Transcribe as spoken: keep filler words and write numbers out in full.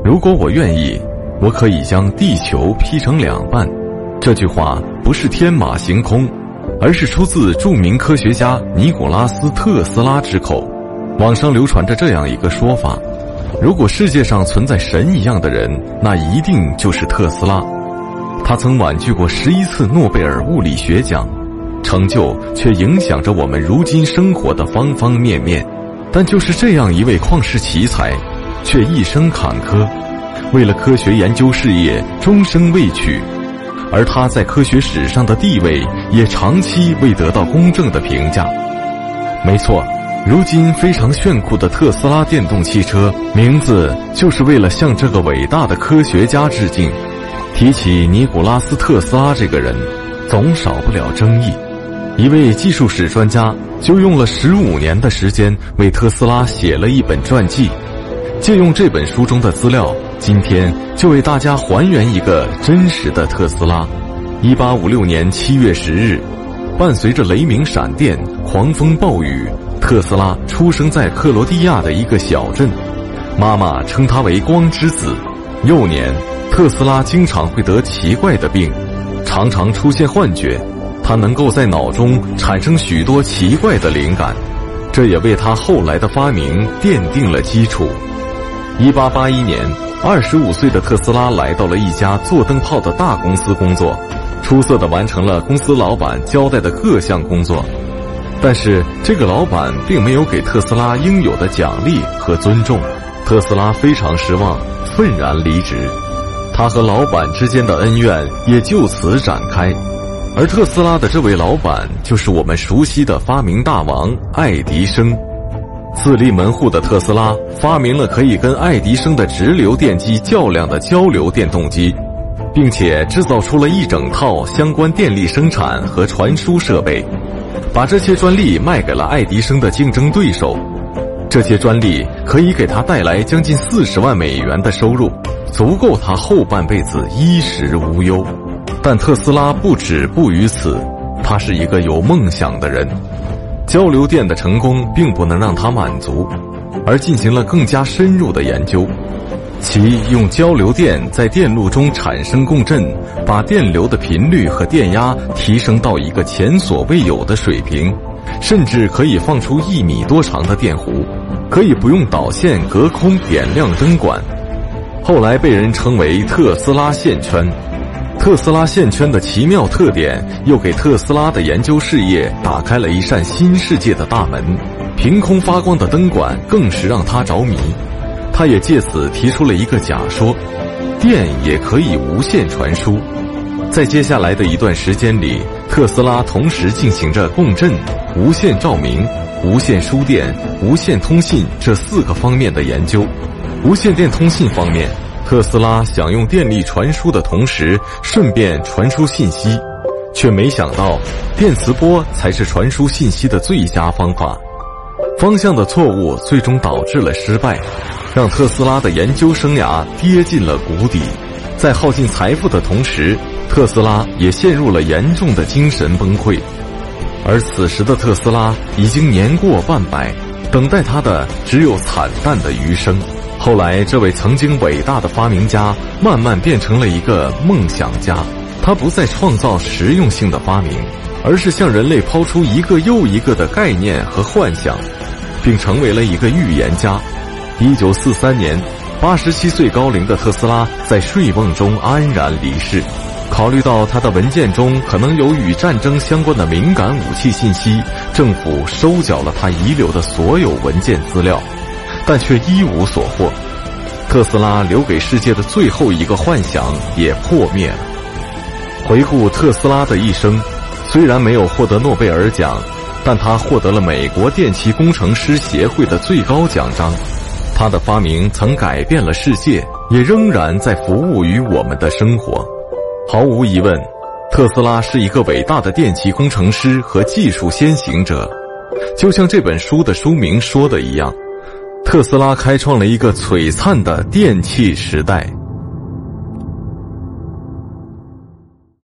如果我愿意，我可以将地球劈成两半。这句话不是天马行空，而是出自著名科学家尼古拉斯·特斯拉之口。网上流传着这样一个说法，如果世界上存在神一样的人，那一定就是特斯拉。他曾婉拒过十一次诺贝尔物理学奖，成就却影响着我们如今生活的方方面面。但就是这样一位旷世奇才，却一生坎坷，为了科学研究事业终生未娶，而他在科学史上的地位也长期未得到公正的评价。没错，如今非常炫酷的特斯拉电动汽车，名字就是为了向这个伟大的科学家致敬。提起尼古拉斯·特斯拉这个人，总少不了争议。一位技术史专家就用了十五年的时间为特斯拉写了一本传记。借用这本书中的资料，今天就为大家还原一个真实的特斯拉。一八五六年七月十日，伴随着雷鸣闪电、狂风暴雨，特斯拉出生在克罗地亚的一个小镇，妈妈称他为光之子。幼年，特斯拉经常会得奇怪的病，常常出现幻觉，他能够在脑中产生许多奇怪的灵感，这也为他后来的发明奠定了基础。一八八一年，二十五岁的特斯拉来到了一家做灯泡的大公司工作，出色地完成了公司老板交代的各项工作。但是这个老板并没有给特斯拉应有的奖励和尊重，特斯拉非常失望，愤然离职。他和老板之间的恩怨也就此展开。而特斯拉的这位老板就是我们熟悉的发明大王爱迪生。自立门户的特斯拉发明了可以跟爱迪生的直流电机较量的交流电动机，并且制造出了一整套相关电力生产和传输设备，把这些专利卖给了爱迪生的竞争对手。这些专利可以给他带来将近四十万美元的收入，足够他后半辈子衣食无忧。但特斯拉不止步于此，他是一个有梦想的人。交流电的成功并不能让他满足，而进行了更加深入的研究。其用交流电在电路中产生共振，把电流的频率和电压提升到一个前所未有的水平，甚至可以放出一米多长的电弧，可以不用导线隔空点亮灯管。后来被人称为特斯拉线圈。特斯拉线圈的奇妙特点又给特斯拉的研究事业打开了一扇新世界的大门，凭空发光的灯管更是让他着迷。他也借此提出了一个假说，电也可以无线传输。在接下来的一段时间里，特斯拉同时进行着共振、无线照明、无线输电、无线通信这四个方面的研究。无线电通信方面，特斯拉想用电力传输的同时顺便传输信息，却没想到电磁波才是传输信息的最佳方法。方向的错误最终导致了失败，让特斯拉的研究生涯跌进了谷底。在耗尽财富的同时，特斯拉也陷入了严重的精神崩溃。而此时的特斯拉已经年过半百，等待他的只有惨淡的余生。后来这位曾经伟大的发明家慢慢变成了一个梦想家，他不再创造实用性的发明，而是向人类抛出一个又一个的概念和幻想，并成为了一个预言家。一九四三年，八十七岁高龄的特斯拉在睡梦中安然离世。考虑到他的文件中可能有与战争相关的敏感武器信息，政府收缴了他遗留的所有文件资料，但却一无所获。特斯拉留给世界的最后一个幻想也破灭了。回顾特斯拉的一生，虽然没有获得诺贝尔奖，但他获得了美国电气工程师协会的最高奖章。他的发明曾改变了世界，也仍然在服务于我们的生活。毫无疑问，特斯拉是一个伟大的电气工程师和技术先行者。就像这本书的书名说的一样，特斯拉开创了一个璀璨的电气时代。